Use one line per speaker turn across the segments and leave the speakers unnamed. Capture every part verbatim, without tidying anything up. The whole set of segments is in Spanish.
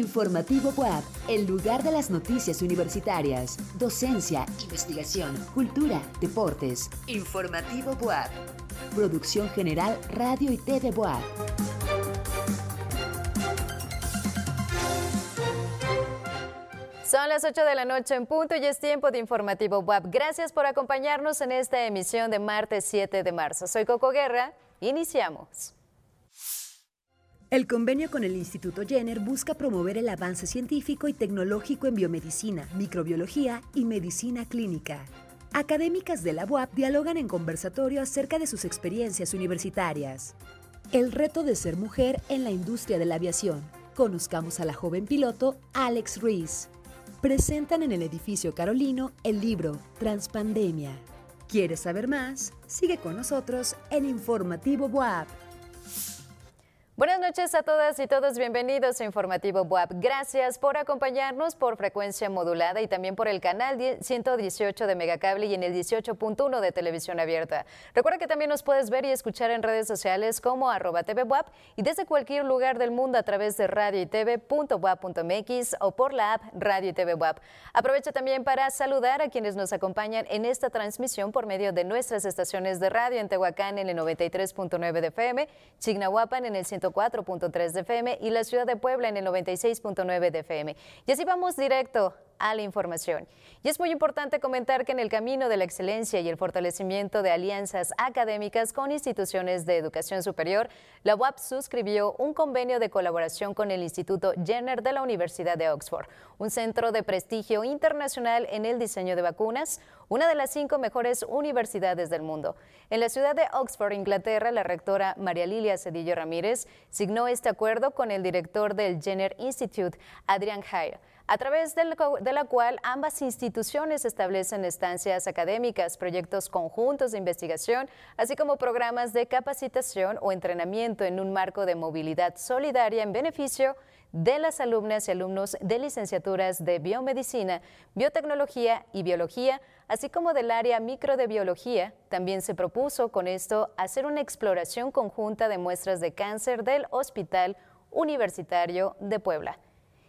Informativo B U A P, el lugar de las noticias universitarias, docencia, investigación, cultura, deportes. Informativo B U A P. Producción general Radio y T V B U A P.
Son las ocho de la noche en punto y es tiempo de Informativo B U A P. Gracias por acompañarnos en esta emisión de martes siete de marzo. Soy Coco Guerra. Iniciamos.
El convenio con el Instituto Jenner busca promover el avance científico y tecnológico en biomedicina, microbiología y medicina clínica. Académicas de la B U A P dialogan en conversatorio acerca de sus experiencias universitarias. El reto de ser mujer en la industria de la aviación. Conozcamos a la joven piloto Alex Ruiz. Presentan en el edificio Carolino el libro Transpandemia. ¿Quieres saber más? Sigue con nosotros en Informativo B U A P.
Buenas noches a todas y todos, bienvenidos a Informativo B U A P. Gracias por acompañarnos por frecuencia modulada y también por el canal ciento dieciocho de Megacable y en el dieciocho punto uno de Televisión Abierta. Recuerda que también nos puedes ver y escuchar en redes sociales como arroba T V B U A P y desde cualquier lugar del mundo a través de radio y t v punto b u a p punto m x o por la app Radio y T V B U A P. Aprovecho también para saludar a quienes nos acompañan en esta transmisión por medio de nuestras estaciones de radio en Tehuacán en el noventa y tres punto nueve de F M, Chignahuapan en el ciento cuatro punto tres de F M y la ciudad de Puebla en el noventa y seis punto nueve de F M. Y así vamos directo a la información. Y es muy importante comentar que en el camino de la excelencia y el fortalecimiento de alianzas académicas con instituciones de educación superior, la B U A P suscribió un convenio de colaboración con el Instituto Jenner de la Universidad de Oxford, un centro de prestigio internacional en el diseño de vacunas, una de las cinco mejores universidades del mundo. En la ciudad de Oxford, Inglaterra, la rectora María Lilia Cedillo Ramírez signó este acuerdo con el director del Jenner Institute, Adrian Hale, a través de la cual ambas instituciones establecen estancias académicas, proyectos conjuntos de investigación, así como programas de capacitación o entrenamiento en un marco de movilidad solidaria en beneficio de las alumnas y alumnos de licenciaturas de biomedicina, biotecnología y biología, así como del área micro de biología. También se propuso con esto hacer una exploración conjunta de muestras de cáncer del Hospital Universitario de Puebla.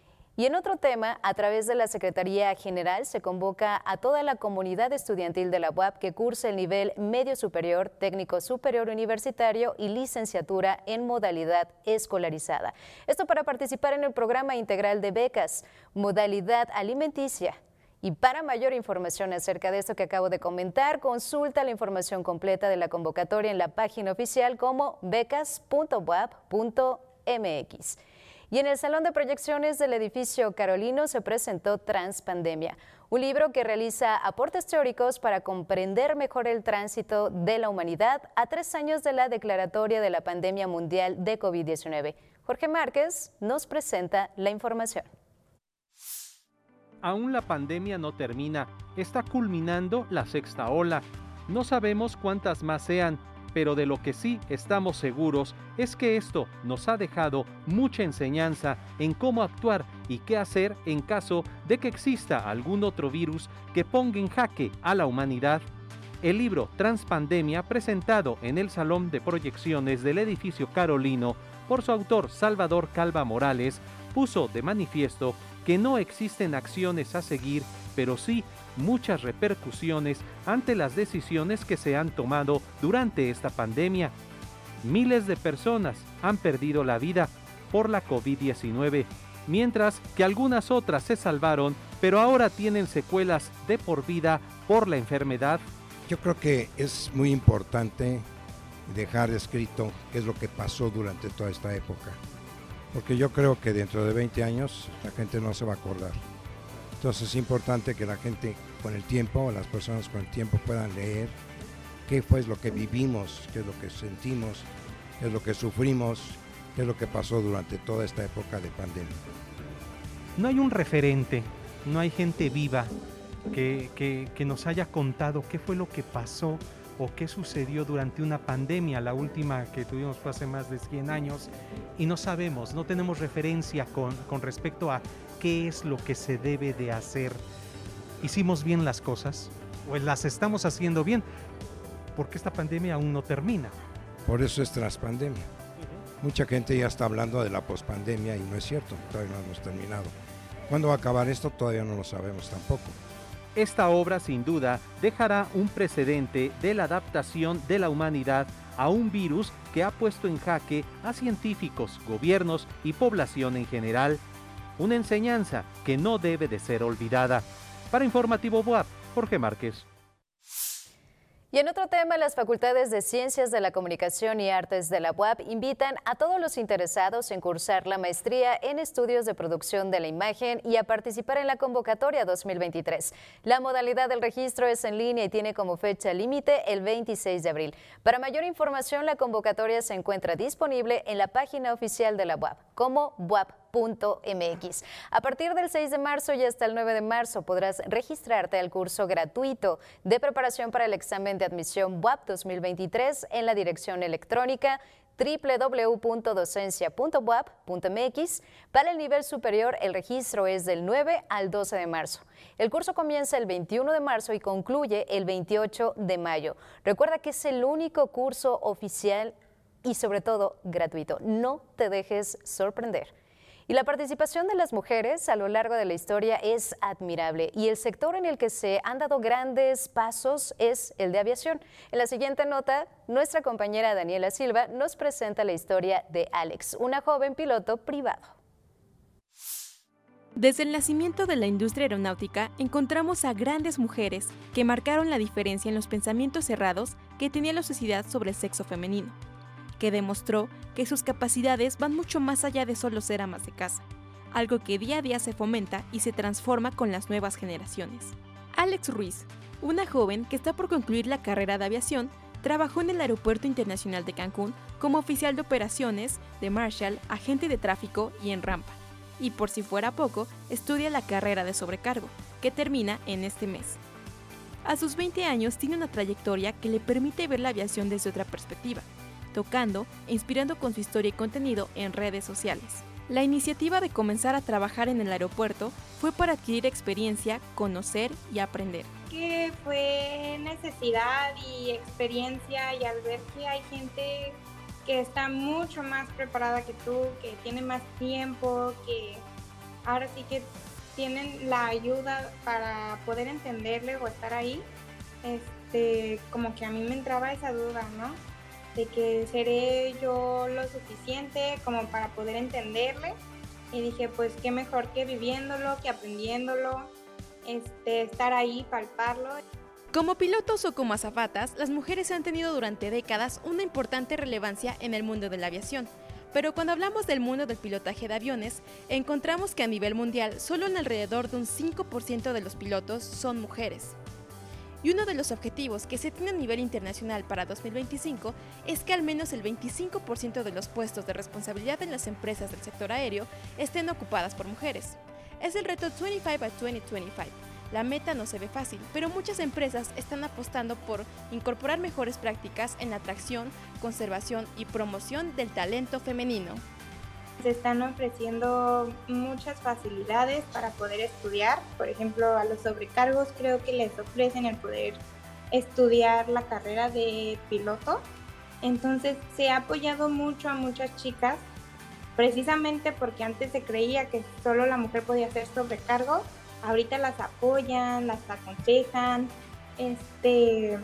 Y en otro tema, a través de la Secretaría General se convoca a toda la comunidad estudiantil de la B U A P que curse el nivel medio superior, técnico superior universitario y licenciatura en modalidad escolarizada. Esto para participar en el programa integral de becas, modalidad alimenticia. Y para mayor información acerca de esto que acabo de comentar, consulta la información completa de la convocatoria en la página oficial como becas punto b u a p punto m x. Y en el Salón de Proyecciones del edificio Carolino se presentó Transpandemia, un libro que realiza aportes teóricos para comprender mejor el tránsito de la humanidad a tres años de la declaratoria de la pandemia mundial de COVID diecinueve. Jorge Márquez nos presenta la información.
Aún la pandemia no termina, está culminando la sexta ola. No sabemos cuántas más sean, pero de lo que sí estamos seguros es que esto nos ha dejado mucha enseñanza en cómo actuar y qué hacer en caso de que exista algún otro virus que ponga en jaque a la humanidad. El libro Transpandemia, presentado en el Salón de Proyecciones del edificio Carolino por su autor Salvador Calva Morales, puso de manifiesto que no existen acciones a seguir, pero sí muchas repercusiones ante las decisiones que se han tomado durante esta pandemia. Miles de personas han perdido la vida por la COVID diecinueve, mientras que algunas otras se salvaron, pero ahora tienen secuelas de por vida por la enfermedad.
Yo creo que es muy importante dejar escrito qué es lo que pasó durante toda esta época, porque yo creo que dentro de veinte años la gente no se va a acordar. Entonces es importante que la gente con el tiempo, las personas con el tiempo puedan leer qué fue lo que vivimos, qué es lo que sentimos, qué es lo que sufrimos, qué es lo que pasó durante toda esta época de pandemia.
No hay un referente, no hay gente viva que, que, que nos haya contado qué fue lo que pasó o qué sucedió durante una pandemia. La última que tuvimos fue hace más de cien años y no sabemos, no tenemos referencia con, con respecto a qué es lo que se debe de hacer. ¿Hicimos bien las cosas? ¿O las estamos haciendo bien? Porque esta pandemia aún no termina.
Por eso es Transpandemia. Mucha gente ya está hablando de la pospandemia y no es cierto, todavía no hemos terminado. ¿Cuándo va a acabar esto? Todavía no lo sabemos tampoco.
Esta obra sin duda dejará un precedente de la adaptación de la humanidad a un virus que ha puesto en jaque a científicos, gobiernos y población en general. Una enseñanza que no debe de ser olvidada. Para Informativo B U A P, Jorge Márquez.
Y en otro tema, las Facultades de Ciencias de la Comunicación y Artes de la U A P invitan a todos los interesados en cursar la maestría en estudios de producción de la imagen y a participar en la convocatoria dos mil veintitrés. La modalidad del registro es en línea y tiene como fecha límite el veintiséis de abril. Para mayor información, la convocatoria se encuentra disponible en la página oficial de la U A P como bu a p punto m x. A partir del seis de marzo y hasta el nueve de marzo podrás registrarte al curso gratuito de preparación para el examen de admisión B U A P dos mil veintitrés en la dirección electrónica doble u doble u doble u punto docencia punto bu a p punto m x. Para el nivel superior, el registro es del nueve al doce de marzo. El curso comienza el veintiuno de marzo y concluye el veintiocho de mayo. Recuerda que es el único curso oficial y sobre todo gratuito. No te dejes sorprender. Y la participación de las mujeres a lo largo de la historia es admirable y el sector en el que se han dado grandes pasos es el de aviación. En la siguiente nota, nuestra compañera Daniela Silva nos presenta la historia de Alex, una joven piloto privado.
Desde el nacimiento de la industria aeronáutica encontramos a grandes mujeres que marcaron la diferencia en los pensamientos cerrados que tenía la sociedad sobre el sexo femenino, que demostró que sus capacidades van mucho más allá de solo ser amas de casa, algo que día a día se fomenta y se transforma con las nuevas generaciones. Alex Ruiz, una joven que está por concluir la carrera de aviación, trabajó en el Aeropuerto Internacional de Cancún como oficial de operaciones, de Marshall, agente de tráfico y en rampa. Y por si fuera poco, estudia la carrera de sobrecargo, que termina en este mes. A sus veinte años tiene una trayectoria que le permite ver la aviación desde otra perspectiva, tocando e inspirando con su historia y contenido en redes sociales. La iniciativa de comenzar a trabajar en el aeropuerto fue para adquirir experiencia, conocer y aprender.
Que fue necesidad y experiencia, y al ver que hay gente que está mucho más preparada que tú, que tiene más tiempo, que ahora sí que tienen la ayuda para poder entenderle o estar ahí, este, como que a mí me entraba esa duda, ¿no? De que seré yo lo suficiente como para poder entenderle, y dije, pues qué mejor que viviéndolo, que aprendiéndolo, este, estar ahí, palparlo.
Como pilotos o como azafatas, las mujeres han tenido durante décadas una importante relevancia en el mundo de la aviación, pero cuando hablamos del mundo del pilotaje de aviones, encontramos que a nivel mundial solo en alrededor de un cinco por ciento de los pilotos son mujeres. Y uno de los objetivos que se tiene a nivel internacional para dos mil veinticinco es que al menos el veinticinco por ciento de los puestos de responsabilidad en las empresas del sector aéreo estén ocupadas por mujeres. Es el reto veinticinco by dos mil veinticinco. La meta no se ve fácil, pero muchas empresas están apostando por incorporar mejores prácticas en la atracción, conservación y promoción del talento femenino.
Se están ofreciendo muchas facilidades para poder estudiar. Por ejemplo, a los sobrecargos creo que les ofrecen el poder estudiar la carrera de piloto. Entonces se ha apoyado mucho a muchas chicas, precisamente porque antes se creía que solo la mujer podía hacer sobrecargo. Ahorita las apoyan, las aconsejan, este,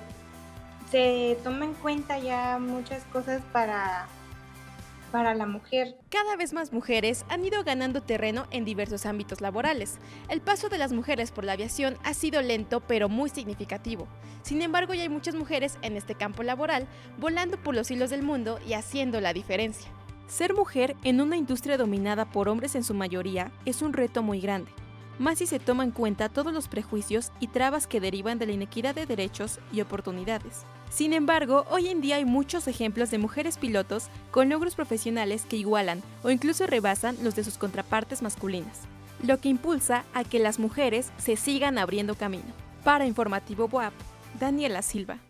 se toma en cuenta ya muchas cosas para... para la mujer.
Cada vez más mujeres han ido ganando terreno en diversos ámbitos laborales. El paso de las mujeres por la aviación ha sido lento pero muy significativo. Sin embargo, ya hay muchas mujeres en este campo laboral volando por los hilos del mundo y haciendo la diferencia. Ser mujer en una industria dominada por hombres en su mayoría es un reto muy grande, más si se toma en cuenta todos los prejuicios y trabas que derivan de la inequidad de derechos y oportunidades. Sin embargo, hoy en día hay muchos ejemplos de mujeres pilotos con logros profesionales que igualan o incluso rebasan los de sus contrapartes masculinas, lo que impulsa a que las mujeres se sigan abriendo camino. Para Informativo B U A P, Daniela Silva.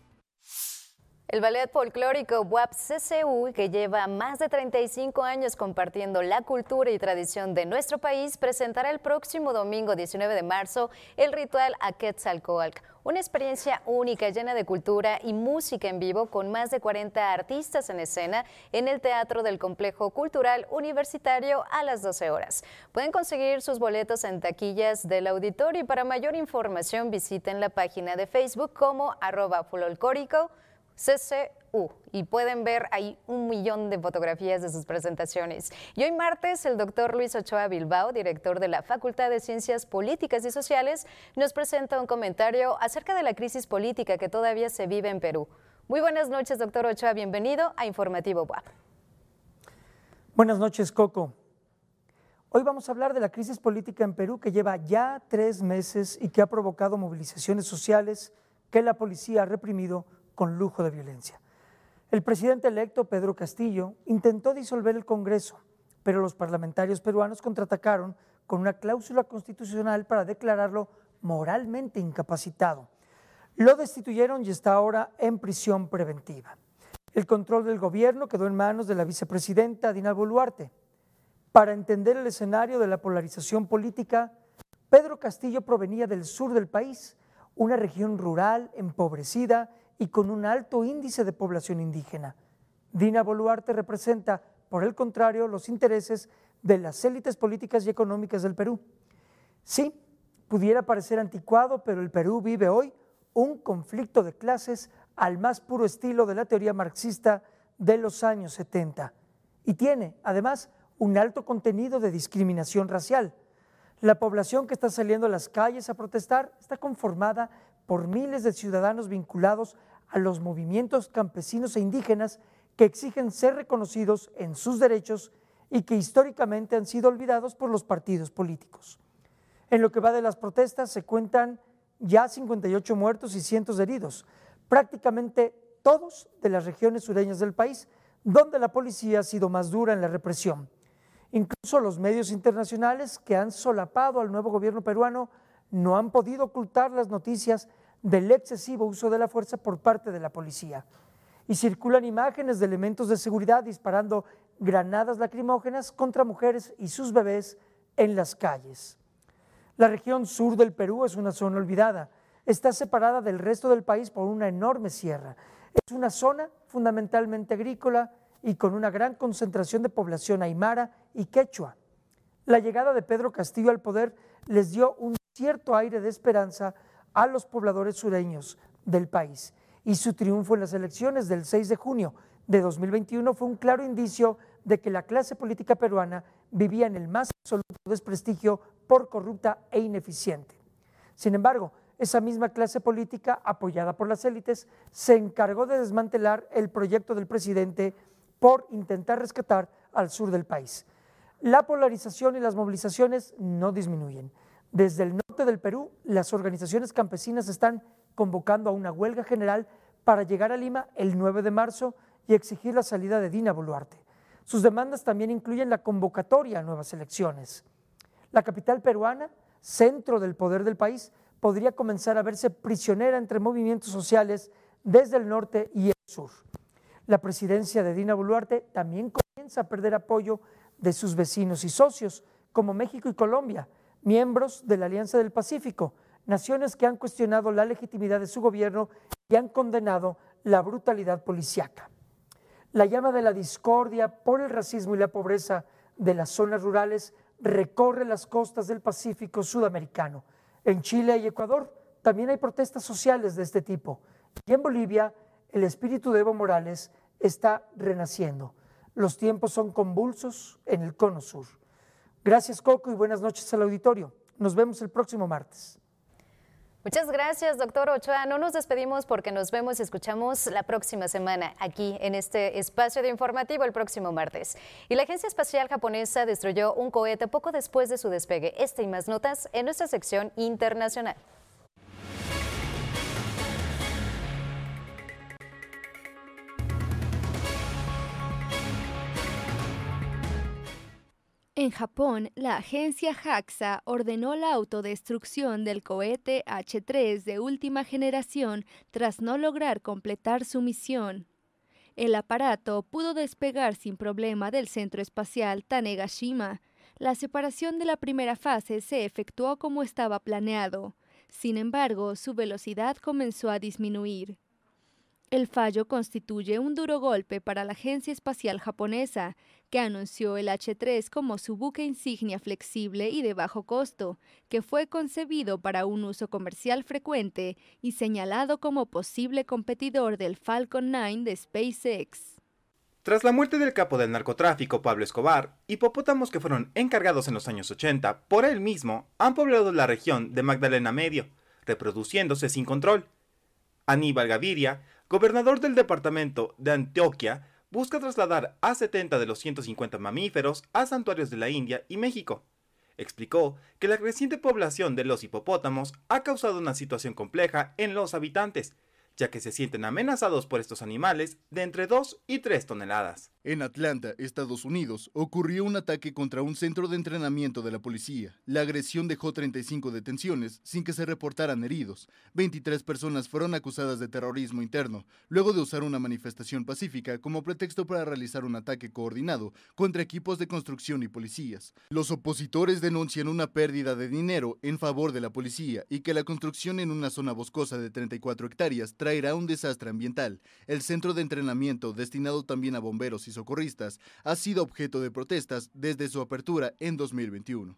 El Ballet Folclórico B U A P C C U, que lleva más de treinta y cinco años compartiendo la cultura y tradición de nuestro país, presentará el próximo domingo diecinueve de marzo el ritual a Quetzalcóatl, una experiencia única, llena de cultura y música en vivo, con más de cuarenta artistas en escena en el Teatro del Complejo Cultural Universitario a las doce horas. Pueden conseguir sus boletos en taquillas del auditorio y para mayor información visiten la página de Facebook como arroba folclórico C C U y pueden ver ahí un millón de fotografías de sus presentaciones. Y hoy martes, el doctor Luis Ochoa Bilbao, director de la Facultad de Ciencias Políticas y Sociales, nos presenta un comentario acerca de la crisis política que todavía se vive en Perú. Muy buenas noches, doctor Ochoa, bienvenido a Informativo B U A P.
Buenas noches, Coco. Hoy vamos a hablar de la crisis política en Perú que lleva ya tres meses y que ha provocado movilizaciones sociales que la policía ha reprimido con lujo de violencia. El presidente electo, Pedro Castillo, intentó disolver el Congreso, pero los parlamentarios peruanos contraatacaron con una cláusula constitucional para declararlo moralmente incapacitado. Lo destituyeron y está ahora en prisión preventiva. El control del gobierno quedó en manos de la vicepresidenta Dina Boluarte. Para entender el escenario de la polarización política, Pedro Castillo provenía del sur del país, una región rural, empobrecida y con un alto índice de población indígena. Dina Boluarte representa, por el contrario, los intereses de las élites políticas y económicas del Perú. Sí, pudiera parecer anticuado, pero el Perú vive hoy un conflicto de clases al más puro estilo de la teoría marxista de los años setenta. Y tiene, además, un alto contenido de discriminación racial. La población que está saliendo a las calles a protestar está conformada por miles de ciudadanos vinculados a los movimientos campesinos e indígenas que exigen ser reconocidos en sus derechos y que históricamente han sido olvidados por los partidos políticos. En lo que va de las protestas se cuentan ya cincuenta y ocho muertos y cientos de heridos, prácticamente todos de las regiones sureñas del país, donde la policía ha sido más dura en la represión. Incluso los medios internacionales que han solapado al nuevo gobierno peruano no han podido ocultar las noticias del excesivo uso de la fuerza por parte de la policía. Y circulan imágenes de elementos de seguridad disparando granadas lacrimógenas contra mujeres y sus bebés en las calles. La región sur del Perú es una zona olvidada. Está separada del resto del país por una enorme sierra. Es una zona fundamentalmente agrícola y con una gran concentración de población aymara y quechua. La llegada de Pedro Castillo al poder les dio un cierto aire de esperanza a los pobladores sureños del país, y su triunfo en las elecciones del seis de junio de dos mil veintiuno fue un claro indicio de que la clase política peruana vivía en el más absoluto desprestigio por corrupta e ineficiente. Sin embargo, esa misma clase política, apoyada por las élites, se encargó de desmantelar el proyecto del presidente por intentar rescatar al sur del país. La polarización y las movilizaciones no disminuyen. Desde el norte del Perú, las organizaciones campesinas están convocando a una huelga general para llegar a Lima el nueve de marzo y exigir la salida de Dina Boluarte. Sus demandas también incluyen la convocatoria a nuevas elecciones. La capital peruana, centro del poder del país, podría comenzar a verse prisionera entre movimientos sociales desde el norte y el sur. La presidencia de Dina Boluarte también comienza a perder apoyo de sus vecinos y socios, como México y Colombia, miembros de la Alianza del Pacífico, naciones que han cuestionado la legitimidad de su gobierno y han condenado la brutalidad policíaca. La llama de la discordia por el racismo y la pobreza de las zonas rurales recorre las costas del Pacífico sudamericano. En Chile y Ecuador también hay protestas sociales de este tipo. Y en Bolivia, el espíritu de Evo Morales está renaciendo. Los tiempos son convulsos en el cono sur. Gracias, Coco, y buenas noches al auditorio. Nos vemos el próximo martes.
Muchas gracias, doctor Ochoa. No nos despedimos porque nos vemos y escuchamos la próxima semana aquí en este espacio de informativo el próximo martes. Y la Agencia Espacial Japonesa destruyó un cohete poco después de su despegue. Esta y más notas en nuestra sección internacional.
En Japón, la agencia JAXA ordenó la autodestrucción del cohete H tres de última generación tras no lograr completar su misión. El aparato pudo despegar sin problema del centro espacial Tanegashima. La separación de la primera fase se efectuó como estaba planeado. Sin embargo, su velocidad comenzó a disminuir. El fallo constituye un duro golpe para la Agencia Espacial Japonesa, que anunció el hache tres como su buque insignia flexible y de bajo costo, que fue concebido para un uso comercial frecuente y señalado como posible competidor del Falcon nueve de SpaceX.
Tras la muerte del capo del narcotráfico Pablo Escobar, hipopótamos que fueron encargados en los años ochenta por él mismo han poblado la región de Magdalena Medio, reproduciéndose sin control. Aníbal Gaviria, gobernador del departamento de Antioquia, busca trasladar a setenta de los ciento cincuenta mamíferos a santuarios de la India y México. Explicó que la creciente población de los hipopótamos ha causado una situación compleja en los habitantes, ya que se sienten amenazados por estos animales de entre dos y tres toneladas.
En Atlanta, Estados Unidos, ocurrió un ataque contra un centro de entrenamiento de la policía. La agresión dejó treinta y cinco detenciones sin que se reportaran heridos. veintitrés personas fueron acusadas de terrorismo interno, luego de usar una manifestación pacífica como pretexto para realizar un ataque coordinado contra equipos de construcción y policías. Los opositores denuncian una pérdida de dinero en favor de la policía y que la construcción en una zona boscosa de treinta y cuatro hectáreas traerá un desastre ambiental. El centro de entrenamiento, destinado también a bomberos y socorristas, ha sido objeto de protestas desde su apertura en dos mil veintiuno.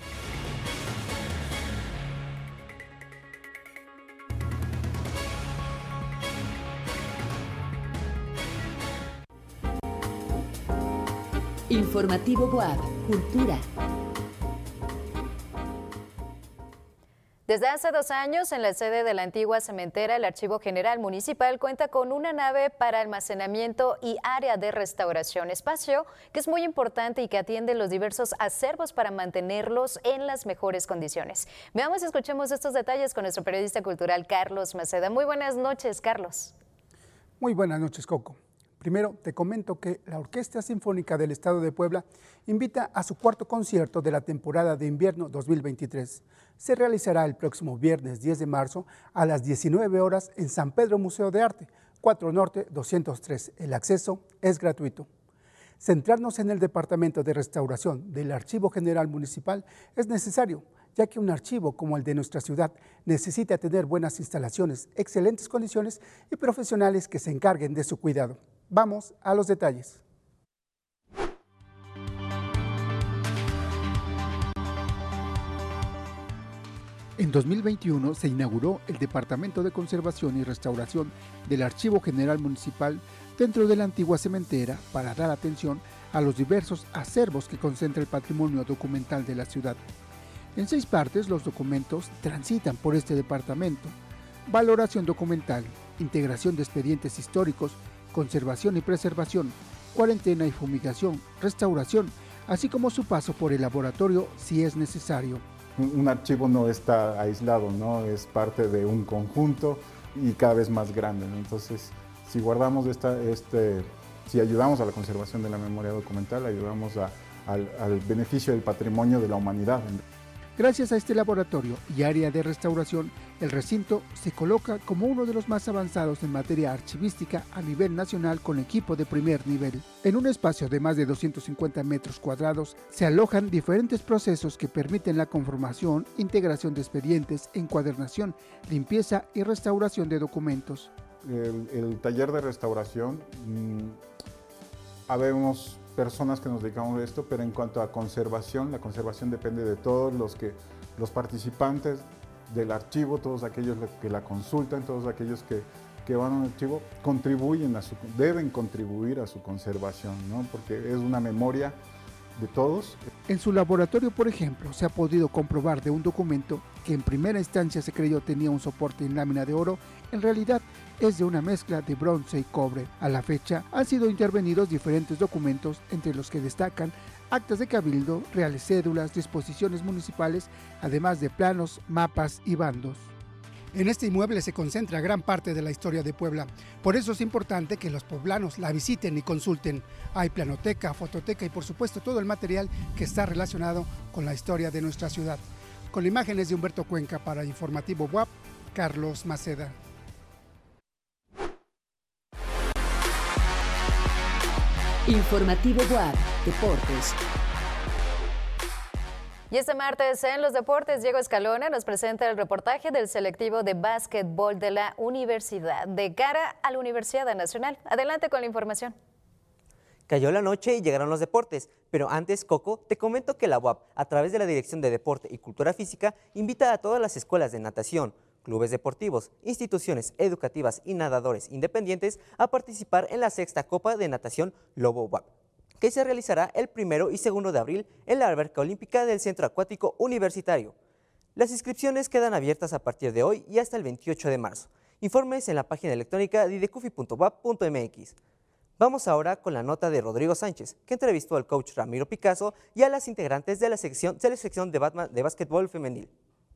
Informativo BUAP, Cultura.
Desde hace dos años, en la sede de la antigua cementera, el Archivo General Municipal cuenta con una nave para almacenamiento y área de restauración, espacio que es muy importante y que atiende los diversos acervos para mantenerlos en las mejores condiciones. Veamos y escuchemos estos detalles con nuestro periodista cultural Carlos Maceda. Muy buenas noches, Carlos.
Muy buenas noches, Coco. Primero, te comento que la Orquesta Sinfónica del Estado de Puebla invita a su cuarto concierto de la temporada de invierno dos mil veintitrés. Se realizará el próximo viernes diez de marzo a las diecinueve horas en San Pedro Museo de Arte, cuatro Norte doscientos tres. El acceso es gratuito. Centrarnos en el Departamento de Restauración del Archivo General Municipal es necesario, ya que un archivo como el de nuestra ciudad necesita tener buenas instalaciones, excelentes condiciones y profesionales que se encarguen de su cuidado. Vamos a los detalles. En dos mil veintiuno se inauguró el Departamento de Conservación y Restauración del Archivo General Municipal dentro de la antigua cementera para dar atención a los diversos acervos que concentra el patrimonio documental de la ciudad. En seis partes los documentos transitan por este departamento: valoración documental, integración de expedientes históricos, conservación y preservación, cuarentena y fumigación, restauración, así como su paso por el laboratorio si es necesario.
Un archivo no está aislado, ¿no? Es parte de un conjunto y cada vez más grande, ¿no? Entonces, si guardamos esta, este, si ayudamos a la conservación de la memoria documental, ayudamos a, al, al beneficio del patrimonio de la humanidad.
Gracias a este laboratorio y área de restauración, el recinto se coloca como uno de los más avanzados en materia archivística a nivel nacional con equipo de primer nivel. En un espacio de más de doscientos cincuenta metros cuadrados se alojan diferentes procesos que permiten la conformación, integración de expedientes, encuadernación, limpieza y restauración de documentos.
El, el taller de restauración, mmm, habemos personas que nos dedicamos a esto, pero en cuanto a conservación, la conservación depende de todos los, que, los participantes del archivo, todos aquellos que la consultan, todos aquellos que, que van a un archivo, contribuyen a su, deben contribuir a su conservación, ¿no? Porque es una memoria de todos.
En su laboratorio, por ejemplo, se ha podido comprobar de un documento que en primera instancia se creyó tenía un soporte en lámina de oro, en realidad es de una mezcla de bronce y cobre. A la fecha han sido intervenidos diferentes documentos, entre los que destacan actas de cabildo, reales cédulas, disposiciones municipales, además de planos, mapas y bandos. En este inmueble se concentra gran parte de la historia de Puebla. Por eso es importante que los poblanos la visiten y consulten. Hay planoteca, fototeca y por supuesto todo el material que está relacionado con la historia de nuestra ciudad. Con imágenes de Humberto Cuenca para Informativo B U A P, Carlos Maceda.
Informativo B U A P, Deportes.
Y este martes en los deportes, Diego Escalona nos presenta el reportaje del selectivo de básquetbol de la universidad de cara a la Universidad Nacional. Adelante con la información.
Cayó la noche y llegaron los deportes, pero antes, Coco, te comento que la U A P, a través de la Dirección de Deporte y Cultura Física, invita a todas las escuelas de natación, clubes deportivos, instituciones educativas y nadadores independientes a participar en la sexta Copa de Natación Lobo U A P, que se realizará el primero y segundo de abril en la alberca olímpica del Centro Acuático Universitario. Las inscripciones quedan abiertas a partir de hoy y hasta el veintiocho de marzo. Informes en la página electrónica didecufi punto u a p punto m x. Vamos ahora con la nota de Rodrigo Sánchez, que entrevistó al coach Ramiro Picasso y a las integrantes de la sección de, la sección de, Batman, de básquetbol femenil.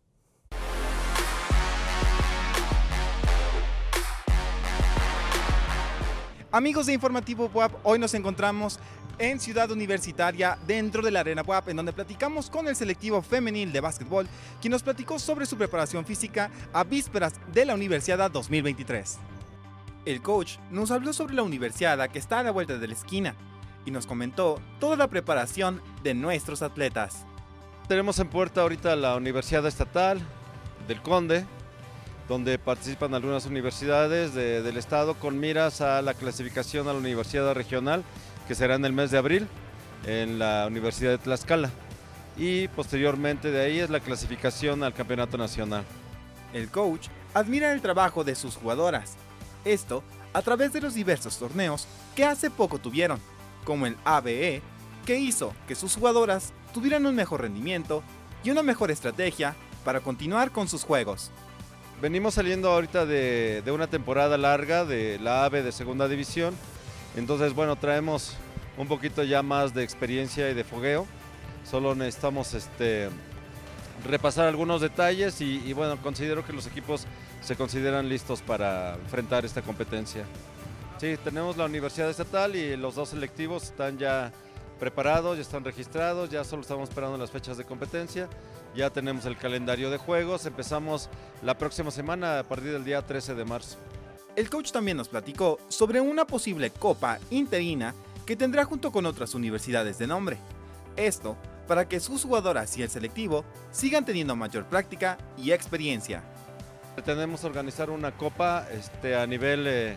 Amigos de Informativo B U A P, hoy nos encontramos en Ciudad Universitaria, dentro de la Arena B U A P, en donde platicamos con el selectivo femenil de básquetbol, quien nos platicó sobre su preparación física a vísperas de la Universiada dos mil veintitrés. El coach nos habló sobre la Universiada que está a la vuelta de la esquina y nos comentó toda la preparación de nuestros atletas.
Tenemos en puerta ahorita la Universidad Estatal del Conde, donde participan algunas universidades de, del estado con miras a la clasificación a la Universidad Regional, que será en el mes de abril en la Universidad de Tlaxcala, y posteriormente de ahí es la clasificación al Campeonato Nacional.
El coach admira el trabajo de sus jugadoras, esto a través de los diversos torneos que hace poco tuvieron, como el A B E, que hizo que sus jugadoras tuvieran un mejor rendimiento y una mejor estrategia para continuar con sus juegos.
Venimos saliendo ahorita de, de una temporada larga de la A B E de segunda división, entonces bueno, traemos un poquito ya más de experiencia y de fogueo, solo necesitamos este, repasar algunos detalles y, y bueno, considero que los equipos se consideran listos para enfrentar esta competencia. Sí, tenemos la Universidad Estatal y los dos selectivos están ya preparados, ya están registrados, ya solo estamos esperando las fechas de competencia, ya tenemos el calendario de juegos, empezamos la próxima semana a partir del día trece de marzo.
El coach también nos platicó sobre una posible copa interina que tendrá junto con otras universidades de nombre. Esto para que sus jugadoras y el selectivo sigan teniendo mayor práctica y experiencia.
Pretendemos organizar una copa este, a nivel eh,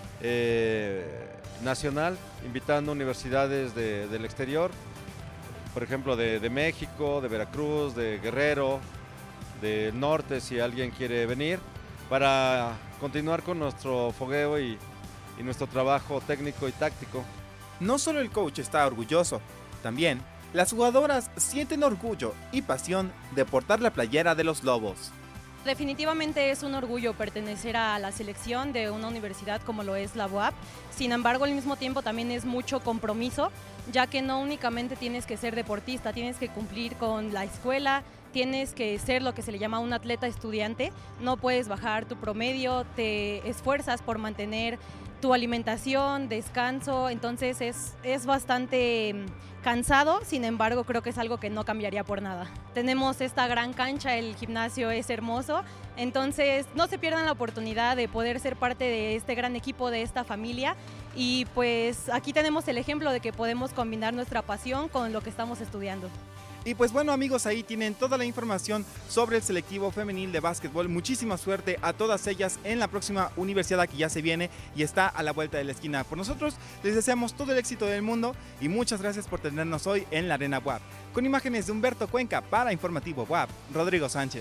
eh, nacional, invitando universidades de, del exterior, por ejemplo de, de México, de Veracruz, de Guerrero, del norte, si alguien quiere venir, para continuar con nuestro fogueo y, y nuestro trabajo técnico y táctico.
No solo el coach está orgulloso, también las jugadoras sienten orgullo y pasión de portar la playera de los Lobos.
Definitivamente es un orgullo pertenecer a la selección de una universidad como lo es la U A P. Sin embargo, al mismo tiempo también es mucho compromiso, ya que no únicamente tienes que ser deportista, tienes que cumplir con la escuela, tienes que ser lo que se le llama un atleta estudiante, no puedes bajar tu promedio, te esfuerzas por mantener tu alimentación, descanso, entonces es, es bastante cansado, sin embargo creo que es algo que no cambiaría por nada. Tenemos esta gran cancha, el gimnasio es hermoso, entonces no se pierdan la oportunidad de poder ser parte de este gran equipo, de esta familia, y pues aquí tenemos el ejemplo de que podemos combinar nuestra pasión con lo que estamos estudiando.
Y pues bueno amigos, ahí tienen toda la información sobre el selectivo femenil de básquetbol. Muchísima suerte a todas ellas en la próxima universidad que ya se viene y está a la vuelta de la esquina. Por nosotros les deseamos todo el éxito del mundo y muchas gracias por tenernos hoy en la Arena B U A P. Con imágenes de Humberto Cuenca para Informativo B U A P, Rodrigo Sánchez.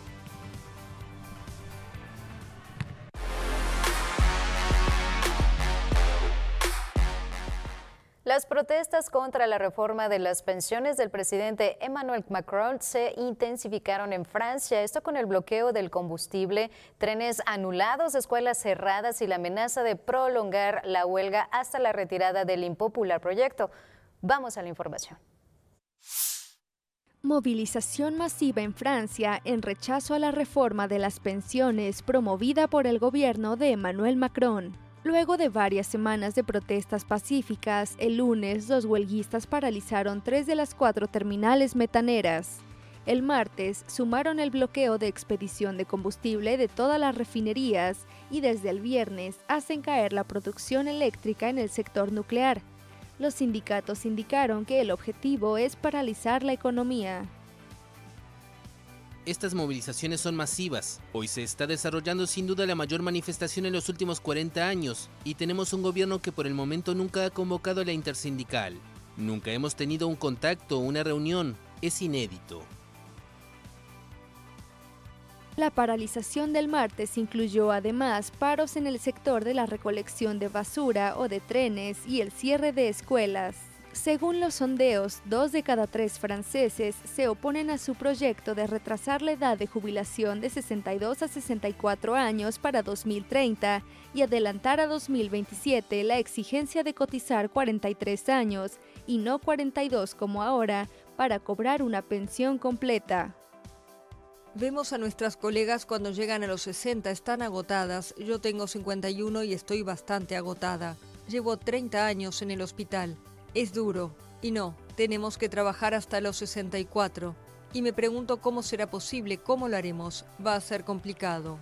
Las protestas contra la reforma de las pensiones del presidente Emmanuel Macron se intensificaron en Francia, esto con el bloqueo del combustible, trenes anulados, escuelas cerradas y la amenaza de prolongar la huelga hasta la retirada del impopular proyecto. Vamos a la información.
Movilización masiva en Francia en rechazo a la reforma de las pensiones promovida por el gobierno de Emmanuel Macron. Luego de varias semanas de protestas pacíficas, el lunes los huelguistas paralizaron tres de las cuatro terminales metaneras. El martes sumaron el bloqueo de expedición de combustible de todas las refinerías y desde el viernes hacen caer la producción eléctrica en el sector nuclear. Los sindicatos indicaron que el objetivo es paralizar la economía.
estas movilizaciones son masivas. Hoy se está desarrollando sin duda la mayor manifestación en los últimos cuarenta años y tenemos un gobierno que por el momento nunca ha convocado a la intersindical. Nunca hemos tenido un contacto o una reunión. Es inédito.
La paralización del martes incluyó además paros en el sector de la recolección de basura o de trenes y el cierre de escuelas. Según los sondeos, dos de cada tres franceses se oponen a su proyecto de retrasar la edad de jubilación de sesenta y dos a sesenta y cuatro años para dos mil treinta y adelantar a dos mil veintisiete la exigencia de cotizar cuarenta y tres años y no cuarenta y dos como ahora para cobrar una pensión completa.
Vemos a nuestras colegas cuando llegan a los sesenta, están agotadas. Yo tengo cincuenta y uno y estoy bastante agotada. Llevo treinta años en el hospital. Es duro. Y no, tenemos que trabajar hasta los sesenta y cuatro. Y me pregunto cómo será posible, cómo lo haremos. Va a ser complicado.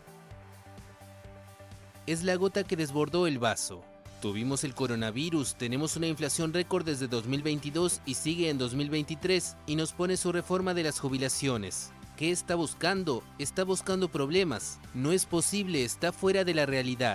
Es la gota que desbordó el vaso. Tuvimos el coronavirus, tenemos una inflación récord desde dos mil veintidós y sigue en dos mil veintitrés y nos pone su reforma de las jubilaciones. ¿Qué está buscando? Está buscando problemas. No es posible, está fuera de la realidad.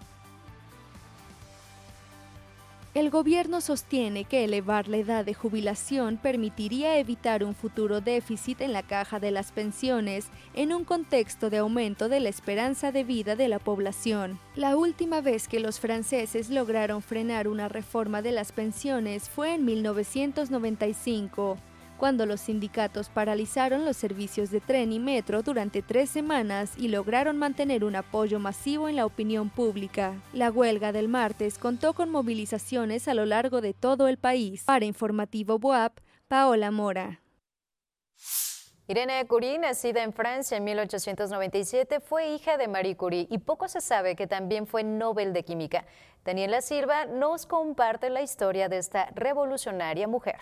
El gobierno sostiene que elevar la edad de jubilación permitiría evitar un futuro déficit en la caja de las pensiones en un contexto de aumento de la esperanza de vida de la población. La última vez que los franceses lograron frenar una reforma de las pensiones fue en mil novecientos noventa y cinco. Cuando los sindicatos paralizaron los servicios de tren y metro durante tres semanas y lograron mantener un apoyo masivo en la opinión pública. La huelga del martes contó con movilizaciones a lo largo de todo el país. Para Informativo B U A P, Paola Mora.
Irene Curie, nacida en Francia en mil ochocientos noventa y siete, fue hija de Marie Curie y poco se sabe que también fue Nobel de Química. Daniela Silva nos comparte la historia de esta revolucionaria mujer.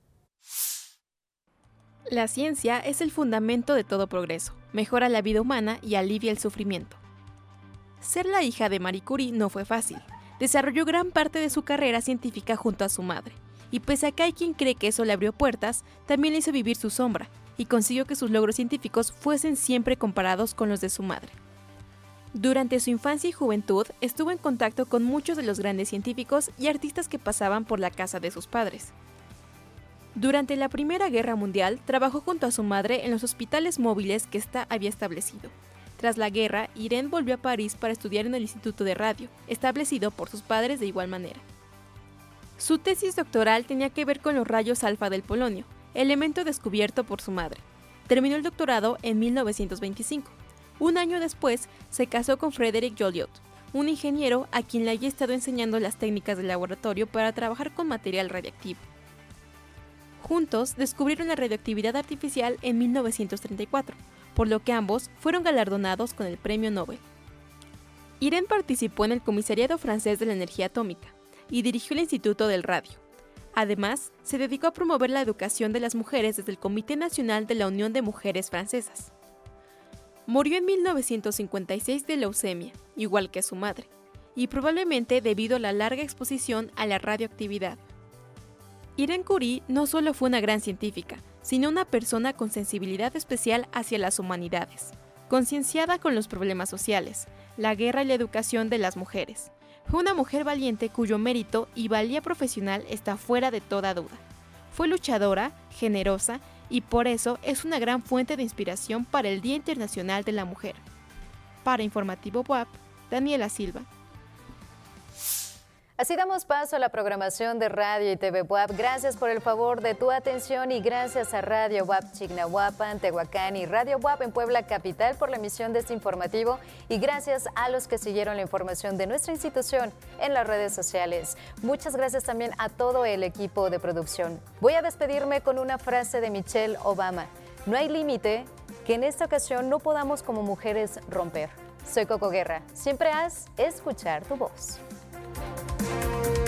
La ciencia es el fundamento de todo progreso, mejora la vida humana y alivia el sufrimiento. Ser la hija de Marie Curie no fue fácil. Desarrolló gran parte de su carrera científica junto a su madre, y pese a que hay quien cree que eso le abrió puertas, también le hizo vivir su sombra, y consiguió que sus logros científicos fuesen siempre comparados con los de su madre. Durante su infancia y juventud, estuvo en contacto con muchos de los grandes científicos y artistas que pasaban por la casa de sus padres. Durante la Primera Guerra Mundial, trabajó junto a su madre en los hospitales móviles que ésta había establecido. Tras la guerra, Irene volvió a París para estudiar en el Instituto de Radio, establecido por sus padres de igual manera. Su tesis doctoral tenía que ver con los rayos alfa del polonio, elemento descubierto por su madre. Terminó el doctorado en mil novecientos veinticinco. Un año después, se casó con Frédéric Joliot, un ingeniero a quien le había estado enseñando las técnicas del laboratorio para trabajar con material radiactivo. Juntos descubrieron la radioactividad artificial en mil novecientos treinta y cuatro, por lo que ambos fueron galardonados con el Premio Nobel. Irene participó en el Comisariado Francés de la Energía Atómica y dirigió el Instituto del Radio. Además, se dedicó a promover la educación de las mujeres desde el Comité Nacional de la Unión de Mujeres Francesas. Murió en mil novecientos cincuenta y seis de leucemia, igual que su madre, y probablemente debido a la larga exposición a la radioactividad. Irene Curie no solo fue una gran científica, sino una persona con sensibilidad especial hacia las humanidades, concienciada con los problemas sociales, la guerra y la educación de las mujeres. Fue una mujer valiente cuyo mérito y valía profesional está fuera de toda duda. Fue luchadora, generosa y por eso es una gran fuente de inspiración para el Día Internacional de la Mujer. Para Informativo B U A P, Daniela Silva.
Así damos paso a la programación de Radio y T V B U A P. Gracias por el favor de tu atención y gracias a Radio B U A P Chignahuapan, Tehuacán y Radio B U A P en Puebla Capital por la emisión de este informativo y gracias a los que siguieron la información de nuestra institución en las redes sociales. Muchas gracias también a todo el equipo de producción. Voy a despedirme con una frase de Michelle Obama. No hay límite que en esta ocasión no podamos como mujeres romper. Soy Coco Guerra. Siempre haz escuchar tu voz. Thank you.